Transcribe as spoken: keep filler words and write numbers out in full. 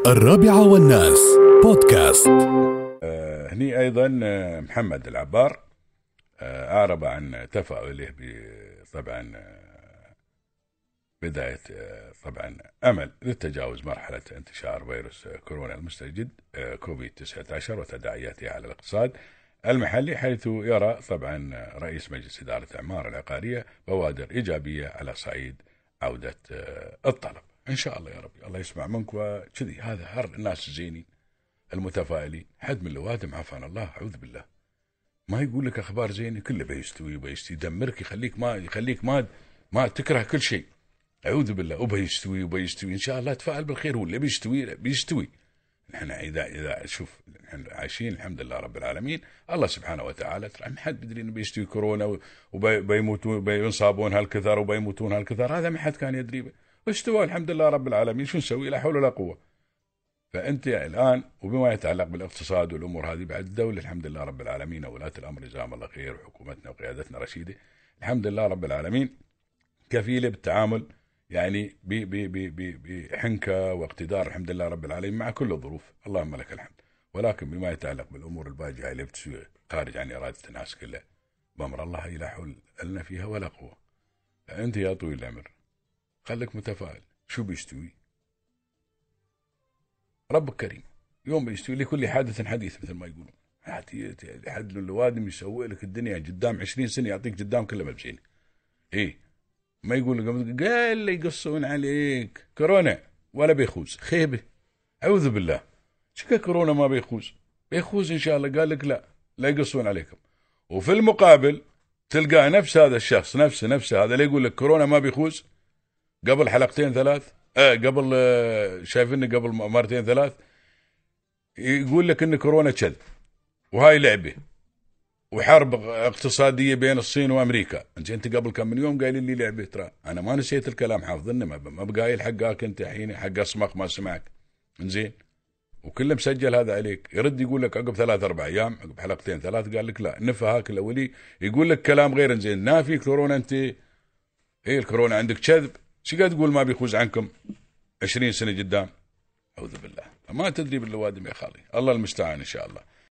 الرابعة والناس بودكاست. آه هني أيضا آه محمد العبار آه أعرب عن تفاؤله طبعا آه بداية آه طبعا أمل للتجاوز مرحلة انتشار فيروس كورونا المستجد آه كوفيد تسعة عشر وتداعياته على الاقتصاد المحلي، حيث يرى طبعا رئيس مجلس إدارة الأعمار العقارية بوادر إيجابية على صعيد عودة آه الطلب. إن شاء الله يا ربي، الله يسمع منك وكذي. هذا هر الناس الزينين المتفائلين، حد من اللوادم عافانا الله، أعوذ بالله. ما يقول لك أخبار زينة كله بيستوي وبيستوي، يدمرك، يخليك ما يخليك ما ما تكره كل شيء. أعوذ بالله. وبيستوي وبيستوي، إن شاء الله تفائل بالخير. هو اللي بيستوي بيستوي. نحن إذا إذا شوف نحن عايشين الحمد لله رب العالمين. الله سبحانه وتعالى ترى ما حد بيدري إنه بيستوي كورونا وبيموتون بينصابون هالكثر وبيموتون هالكثر، هذا ما حد كان يدري به. واستوى الحمد لله رب العالمين. شو نسوي؟ لا حول ولا قوة. فأنت الآن وبما يتعلق بالاقتصاد والأمور هذه، بعد الدولة الحمد لله رب العالمين وولاة الأمر جزاهم الله خير وحكومتنا وقيادتنا رشيدة الحمد لله رب العالمين كفيلة بالتعامل يعني بحنكة واقتدار الحمد لله رب العالمين مع كل الظروف، اللهم لك الحمد. ولكن بما يتعلق بالأمور الباجعة اللي بتسوي خارج عن إرادة الناس كلها، بأمر الله لا حول لنا فيها ولا قوة. فأنت يا طويل العمر خليك متفائل. شو بيستوي؟ ربك كريم. يوم بيستوي لكل حادث حديث مثل ما يقولون. حد الوادم يسوي لك الدنيا قدام عشرين سنة، يعطيك قدام كله مبزين. ايه ما يقول قال لي يقصون عليك كورونا ولا بيخوز خيبة. أعوذ بالله. شكا كورونا ما بيخوز؟ بيخوز إن شاء الله. قال لك لا لا يقصون عليكم. وفي المقابل تلقى نفس هذا الشخص نفسه نفسه هذا اللي يقول لك كورونا ما بيخوز قبل حلقتين ثلاث آه قبل آه شايفيني قبل مرتين ثلاث يقول لك ان كورونا كذب وهاي لعبه وحرب اقتصاديه بين الصين وامريكا. انت انت قبل كم من يوم قايل لي لعبه. ترى انا ما نسيت الكلام، حافظني، ما بقايل حقك انت الحين حق اصمخ ما سمعك. انزين وكله مسجل هذا عليك. يرد يقول لك عقب ثلاث اربع ايام عقب حلقتين ثلاث قال لك لا نفى هاك الاولي يقول لك كلام غير. انزين نافي كورونا انت. ايه الكورونا عندك كذب. شو قاعد تقول ما بيخوز عنكم عشرين سنة قدام؟ أعوذ بالله. ما تدري باللوادم يا خالي. الله المستعان إن شاء الله.